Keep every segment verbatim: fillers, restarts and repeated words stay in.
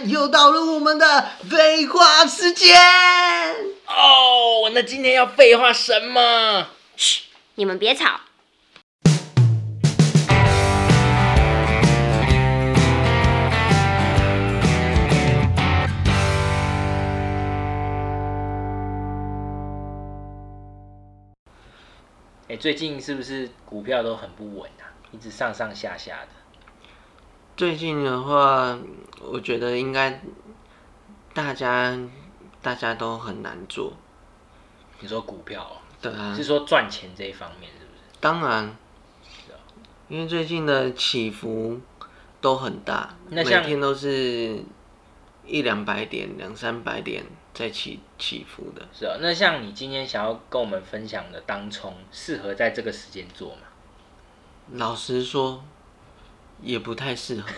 又到了我们的废话时间哦。那今天要废话什么？ 嘘，你们别吵。 哎，最近是不是股票都很不稳啊？一直上上下下的。 最近的话，我觉得应该大家大家都很难做。 你说股票、哦？ 对啊。 是说赚钱这一方面是不是？ 当然。 是啊。 因为最近的起伏都很大，每天都是一两百点、两三百点在起起伏的。 是啊。那像你今天想要跟我们分享的当冲，适合在这个时间做吗？ 老实说。也不太适合。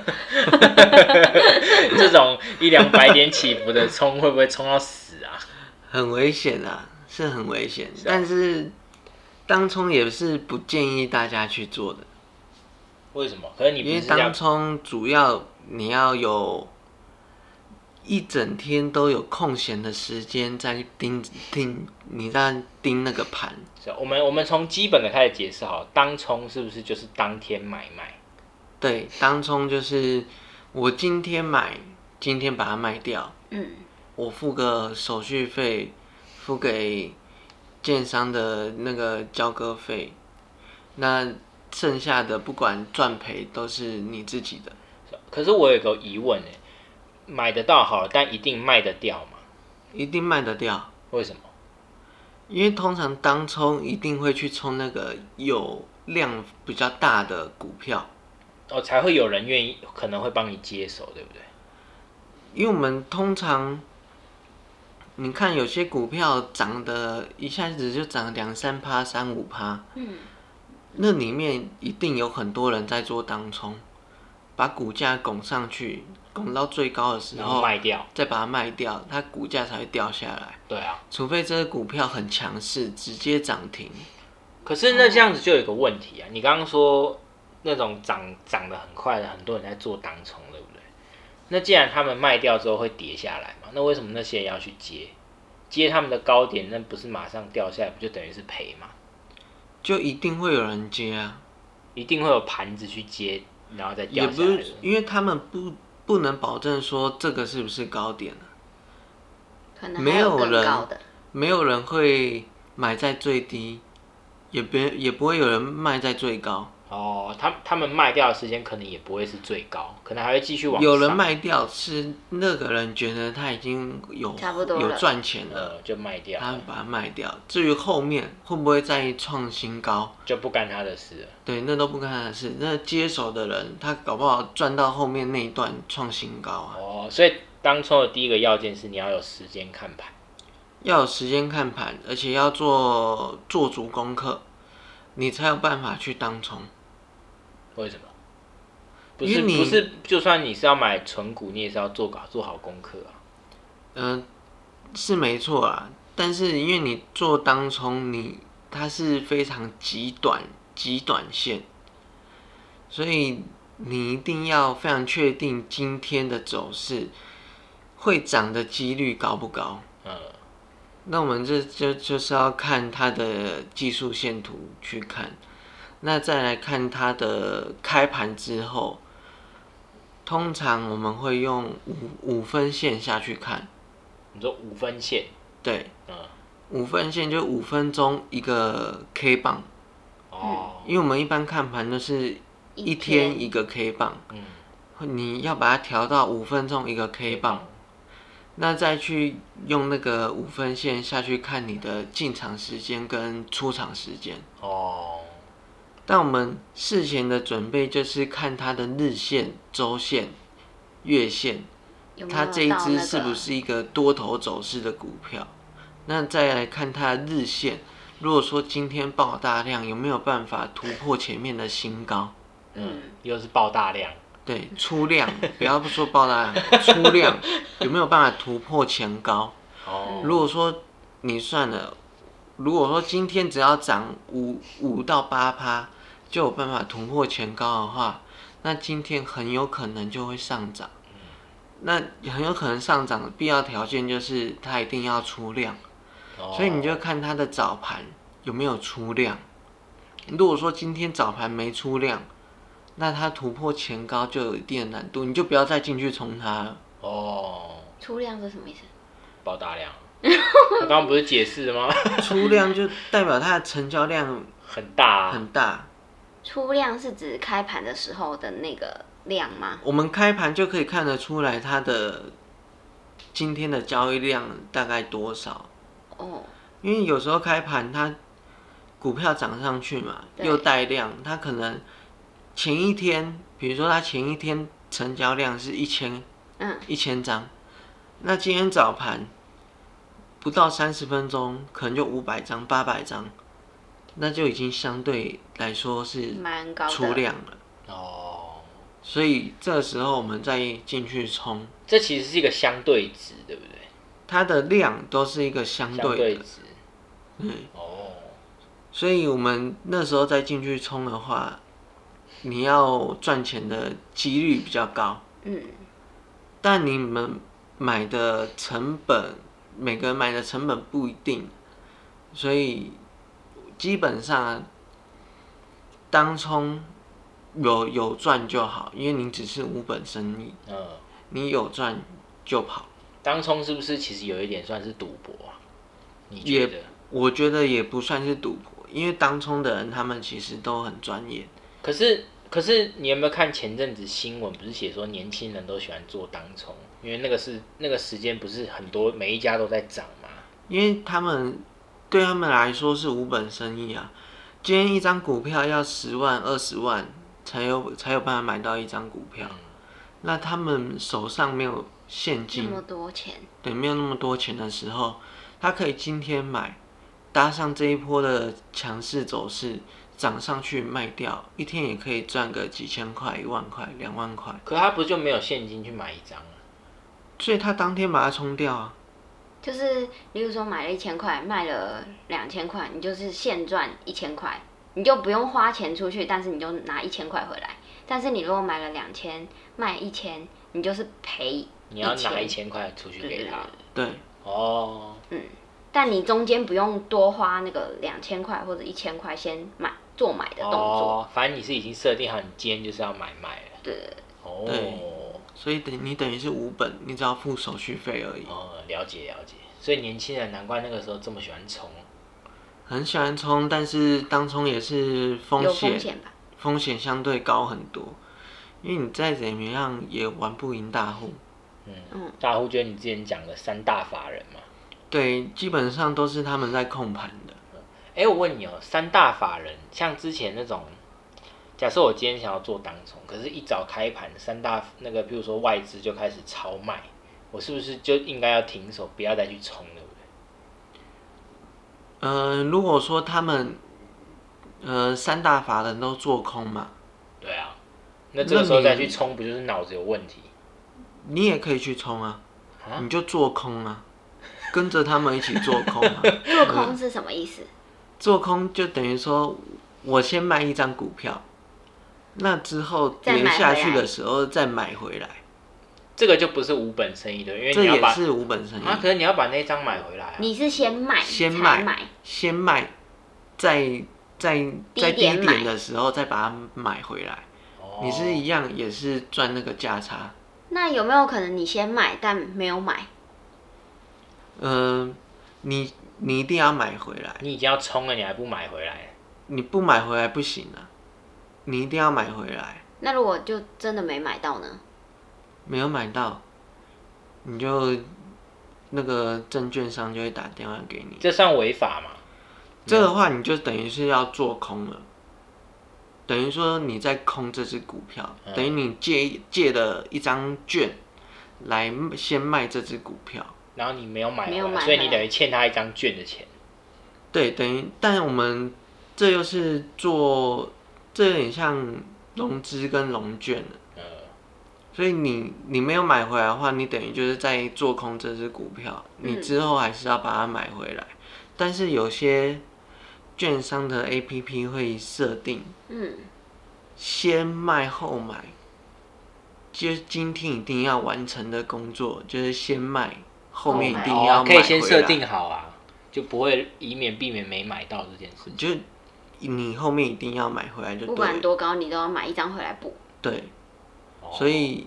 这种一两百点起伏的冲，会不会冲到死啊？ 很危险啊，是很危险。是啊、但是当冲也是不建议大家去做的。 为什么？可是你不是因为当冲主要你要有一整天都有空闲的时间在盯盯，你在盯那个盘。 是啊、我们我们从基本的开始解释好，当冲是不是就是当天买卖？ 对，当冲就是我今天买，今天把它卖掉，嗯，我付个手续费，付给建商的那个交割费，那剩下的不管赚赔都是你自己的。 可是我有个疑问哎，买得到好了，但一定卖得掉吗？ 一定卖得掉。 为什么？ 因为通常当冲一定会去冲那个有量比较大的股票。 哦，才会有人愿意，可能会帮你接手，对不对？ 因为我们通常，你看有些股票涨的一下子就涨两三趴、三五趴，嗯，那里面一定有很多人在做当冲，把股价拱上去，拱到最高的时候卖掉， 再把它卖掉，它股价才会掉下来。 对啊， 除非这个股票很强势，直接涨停。 可是那这样子就有一个问题啊，你刚刚说。那种涨涨得很快的，很多人在做当冲，对不对？那既然他们卖掉之后会跌下来嘛，那为什么那些人要去接？接他们的高点，那不是马上掉下来，不就等于是赔吗？ 就一定会有人接啊， 一定会有盘子去接，然后再掉下来。 也不是，因为他们不不能保证说这个是不是高点啊， 可能还有更高的。 没有人会买在最低，也别也不会有人卖在最高。 哦，他他们卖掉的时间可能也不会是最高，可能还会继续往上。 有人卖掉是那个人觉得他已经有有赚钱了、 呃，就卖掉， 他把它卖掉。至于后面会不会再创新高， 就不干他的事了。 对，那都不干他的事。那接手的人，他搞不好赚到后面那一段创新高啊。 哦，所以当冲的第一个要件是你要有时间看盘， 要有时间看盘，而且要做做足功课，你才有办法去当冲。 为什么？不是不是，就算你是要买纯股，你也是要做搞做好功课啊。 嗯、呃，是没错啊，但是因为你做当冲，你它是非常极短极短线，所以你一定要非常确定今天的走势会涨的几率高不高。嗯，那我们这就就是要看它的技术线图去看。那再来看它的开盘之后，通常我们会用五五分线下去看。 你说五分线？对， 嗯，五分线就五分钟一个 K 棒。 哦， 因为我们一般看盘都是一天一个 K 棒，嗯，你要把它调到五分钟一个 K 棒，那再去用那个五分线下去看你的进场时间跟出场时间。哦。但我们事前的准备就是看它的日线、周线、月线，它这一支是不是一个多头走势的股票？那再来看它的日线，如果说今天爆大量，有没有办法突破前面的新高？ 嗯，又是爆大量。 对，出量，不要不说爆大量，出量有没有办法突破前高？哦，如果说你算了。如果说今天只要涨五五到八趴，就有办法突破前高的话，那今天很有可能就会上涨。 那很有可能上涨的必要条件就是它一定要出量，哦、所以你就看它的早盘有没有出量。如果说今天早盘没出量，那它突破前高就有一定的难度，你就不要再进去冲它了。 哦， 出量是什么意思？ 爆大量。我刚刚不是解释了吗？ 出量就代表它的成交量很大、啊， 很大。 出量是指开盘的时候的那个量吗？ 我们开盘就可以看得出来它的今天的交易量大概多少。哦。因为有时候开盘它股票涨上去嘛，又带量，它可能前一天，比如说它前一天成交量是一千，嗯，一千张，那今天早盘不到三十分钟，可能就五百张、八百张，那就已经相对来说是出量了。哦，所以这个时候我们再进去冲， 这其实是一个相对值，对不对？ 它的量都是一个相对的。 相对值。 嗯。哦。所以我们那时候再进去冲的话，你要赚钱的几率比较高。嗯。但你们买的成本，每个人买的成本不一定，所以基本上当冲有有赚就好，因为你只是无本生意。嗯。你有赚就跑。 当冲是不是其实有一点算是赌博啊？你觉得？ 我觉得也不算是赌博，因为当冲的人他们其实都很专业。 可是，可是你有没有看前阵子新闻？不是写说年轻人都喜欢做当冲，因为那个是那个时间不是很多每一家都在涨吗？ 因为他们对他们来说是无本生意啊。今天一张股票要十万、二十万才有才有办法买到一张股票，嗯、那他们手上没有现金， 那么多钱， 对，没有那么多钱的时候，他可以今天买。搭上这一波的强势走势，涨上去卖掉，一天也可以赚个几千块、一万块、两万块。 可他不就没有现金去买一张啊？ 所以他当天把它冲掉啊。 就是，例如说买了一千块，卖了两千块，你就是现赚一千块，你就不用花钱出去，但是你就拿一千块回来。但是你如果买了两千，卖一千，你就是赔。 你要拿一千块出去给他。 对。 哦。 嗯。但你中间不用多花那个两千块或者一千块先买做买的动作。 哦，反正你是已经设定好，你今天就是要买卖了。 对。 哦。对。所以等你等于是无本，你只要付手续费而已。 哦，了解了解。所以年轻人难怪那个时候这么喜欢冲。 很喜欢冲，但是当冲也是风险。 有风险吧？ 风险相对高很多，因为你再怎么样也玩不赢大户。 嗯。大户就是你之前讲的三大法人嘛。 对，基本上都是他们在控盘的。 哎、欸，我问你哦、喔，三大法人像之前那种，假设我今天想要做当冲，可是一早开盘，三大那个，比如说外资就开始超卖，我是不是就应该要停手，不要再去冲，对不对？ 呃，如果说他们，呃，三大法人都做空嘛， 对啊，那这个时候再去冲，不就是脑子有问题？ 你也可以去冲啊，啊你就做空啊。跟着他们一起做空、啊， 做空是什么意思？ 做空就等于说，我先卖一张股票，那之后跌下去的时候再买回来。 这个就不是无本生意的，因为你要把这也是无本生意啊。可是你要把那张买回来、啊。 你是先卖， 先卖，先卖，在在在低点的时候再把它买回来。哦、你是一样也是赚那个价差。 那有没有可能你先买但没有买？ 嗯、呃，你你一定要买回来。 你已经要冲了，你还不买回来？ 你不买回来不行啊，你一定要买回来。 那如果就真的没买到呢？ 没有买到，你就那个证券商就会打电话给你。 这算违法吗？ 这个话你就等于是要做空了，等于说你在空这只股票，嗯、等于你借借了一张券来先卖这只股票。 然后你没有买回来，买所以你等于欠他一张券的钱。 对，等于，但我们这又是做，这有点像融资跟融券了。嗯。所以你你没有买回来的话，你等于就是在做空这只股票，你之后还是要把它买回来。嗯、但是有些券商的 A P P 会设定，嗯，先卖后买， 就是今天一定要完成的工作，就是先卖，后面一定要买回来。 哦、可以先设定好啊，就不会以免避免没买到这件事。 就你后面一定要买回来就对了， 不管多高，你都要买一张回来补。 对， 哦、 所以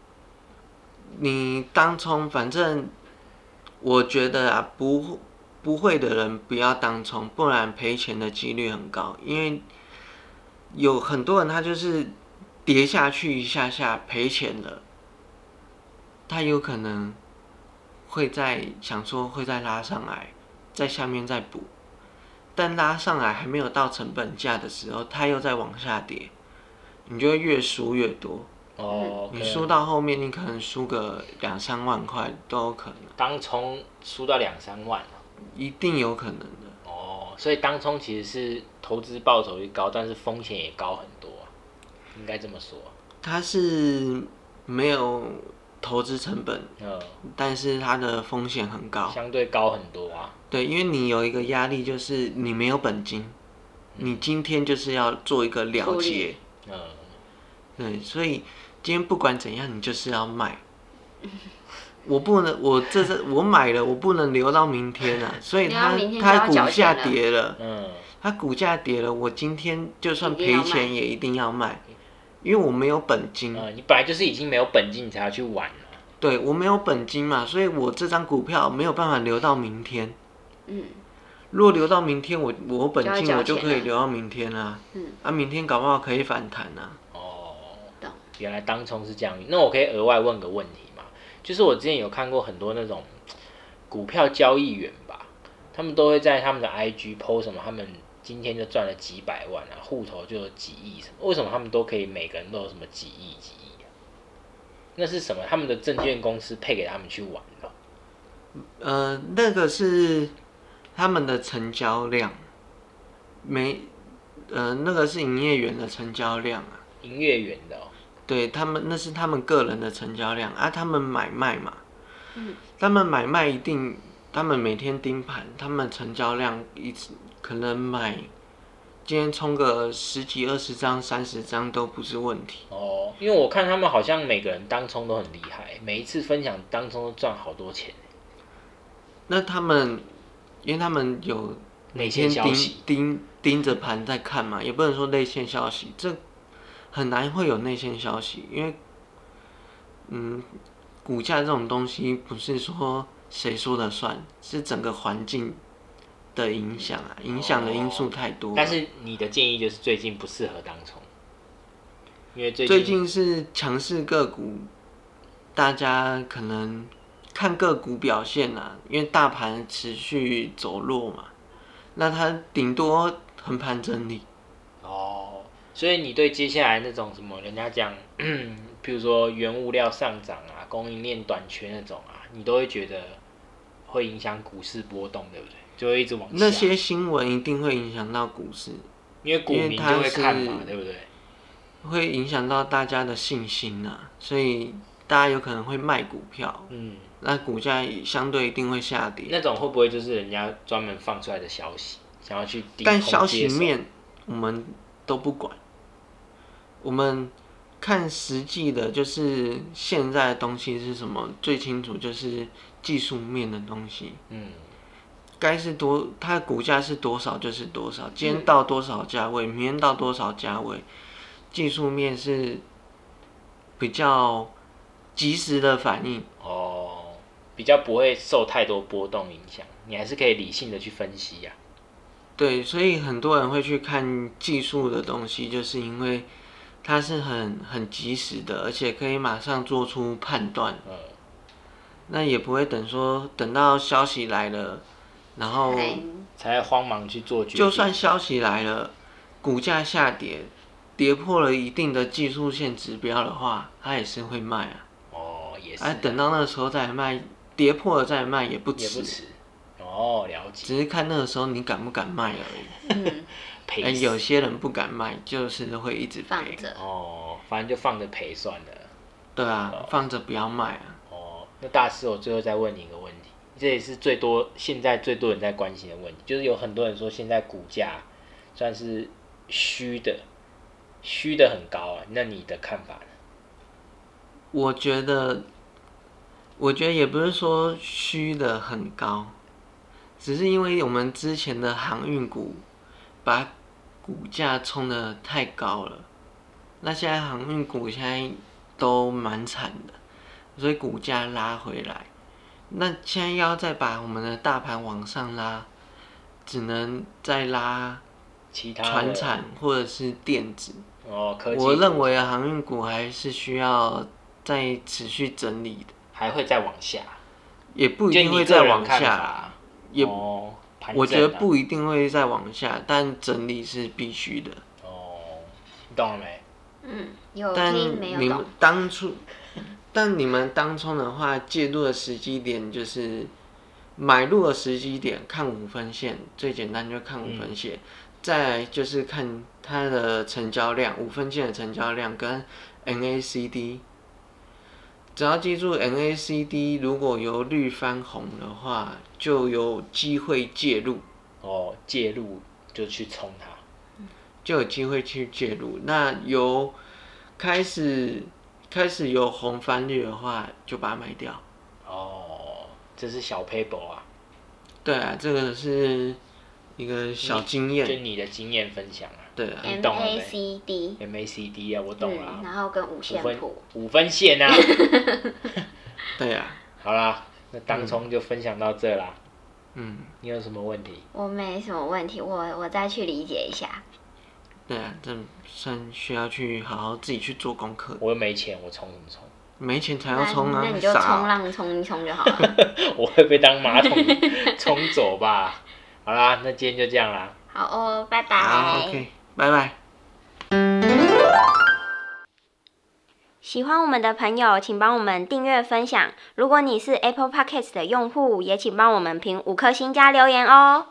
你当冲，反正我觉得啊，不不会的人不要当冲，不然赔钱的几率很高。因为有很多人他就是跌下去一下下赔钱了，他有可能会再想说会再拉上来，在下面再补。但拉上来还没有到成本价的时候，它又在往下跌，你就会越输越多。 哦， 你输到后面，你可能输个两三万块都有可能。 当冲输到两三万， 一定有可能的。 哦，所以当冲其实是投资报酬率高，但是风险也高很多啊，应该这么说。 它是没有投资成本， 嗯， 但是它的风险很高， 相对高很多啊。 对，因为你有一个压力，就是你没有本金，你今天就是要做一个了结， 嗯， 对，所以今天不管怎样，你就是要卖。我不能，我这是我买了，我不能留到明天啊，所以它它股价跌了，嗯，它股价跌了，我今天就算赔钱也一定要卖，因为我没有本金。 嗯，你本来就是已经没有本金，你才要去玩了。 对，我没有本金嘛，所以我这张股票没有办法留到明天。嗯，如果留到明天，我我本金我就可以留到明天啊。嗯，啊，明天搞不好可以反弹啊。 哦，原来当冲是这样。那我可以额外问个问题吗？就是我之前有看过很多那种股票交易员吧，他们都会在他们的 I G po 什么，他们今天就赚了几百万啊，户头就有几亿什么。为什么他们都可以每个人都有什么几亿几亿啊？那是什么？他们的证券公司配给他们去玩的？ 呃，那个是他们的成交量，没，呃，那个是营业员的成交量啊。 营业员的哦。 对他们，那是他们个人的成交量啊。他们买卖嘛，嗯，他们买卖一定，他们每天盯盘，他们成交量一次可能买，今天冲个十几、二十张、三十张都不是问题。 哦，因为我看他们好像每个人当冲都很厉害，每一次分享当冲都赚好多钱。 那他们，因为他们有每天盯盯盯着盘在看嘛，也不能说内线消息，这很难会有内线消息，因为，嗯，股价这种东西不是说谁说了算，是整个环境的影响啊，影响的因素太多了。 但是你的建议就是最近不适合当冲，因为最近最近是强势个股，大家可能看个股表现啊，因为大盘持续走弱嘛，那它顶多横盘整理。 哦，所以你对接下来那种什么人家讲，譬如说原物料上涨啊、供应链短缺那种啊，你都会觉得会影响股市波动，对不对？就会一直往下。 那些新闻一定会影响到股市， 因为股民就会看嘛，对不对？ 会影响到大家的信心啊，所以大家有可能会卖股票，嗯，那股价相对一定会下跌。 那种会不会就是人家专门放出来的消息，想要去低空接手？ 但消息面我们都不管，我们看实际的，就是现在的东西是什么最清楚，就是技术面的东西。嗯，该是多，它的股价是多少就是多少，今天到多少价位，明天到多少价位，技术面是比较及时的反应。 哦，比较不会受太多波动影响，你还是可以理性的去分析呀、啊。 对，所以很多人会去看技术的东西，就是因为它是很很及时的，而且可以马上做出判断。嗯，那也不会等说等到消息来了，然后才慌忙去做决定。 就算消息来了，股价下跌，跌破了一定的技术线指标的话，它也是会卖啊。 哦，也是、 啊。等到那个时候再卖，跌破了再卖也不迟。 也不迟。哦，了解。 只是看那个时候你敢不敢卖而已。嗯。赔、欸。有些人不敢卖，就是会一直放着。 哦，反正就放着赔算了。 对啊，哦、放着不要卖啊。 哦，那大师，我最后再问你一个问题，这也是最多现在最多人在关心的问题，就是有很多人说现在股价算是虚的，虚的很高啊，那你的看法呢？ 我觉得，我觉得也不是说虚的很高，只是因为我们之前的航运股把股价冲得太高了，那现在航运股现在都蛮惨的，所以股价拉回来。那现在要再把我们的大盘往上拉，只能再拉其他传产或者是电子。 哦，科技。 我认为航运股还是需要再持续整理的， 还会再往下， 也不一定会再往下，也、 哦、 我觉得不一定会再往下，但整理是必须的。 哦，你懂了没？ 嗯，有听没有懂？ 但你们当初，但你们当冲的话，介入的时机点就是买入的时机点，看五分线，最简单就看五分线，嗯、再来就是看它的成交量，五分线的成交量跟 N A C D。只要记住 N A C D 如果由绿翻红的话，就有机会介入。 哦，介入就去冲它， 就有机会去介入。那由开始开始有红翻绿的话，就把它卖掉。 哦，这是小 paper 啊。 对啊，这个是一个小经验， 就你的经验分享啊。 对啊， 你懂了没 ？M A C D。 M A C D 啊，我懂了、 嗯。然后跟五线谱。 五分线啊。 对啊。 好啦，那当冲就分享到这啦。 嗯。 你有什么问题？ 我没什么问题，我我再去理解一下。 对啊，这算需要去好好自己去做功课。 我又没钱，我冲什么冲？ 没钱才要冲啊！ 那你就冲浪冲一冲就好了。 我会被当马桶冲走吧？好啦，那今天就这样啦。 好哦，拜拜。 好 ，OK， 拜拜。 喜欢我们的朋友，请帮我们订阅分享。如果你是 Apple Podcast 的用户，也请帮我们评五颗星加留言哦。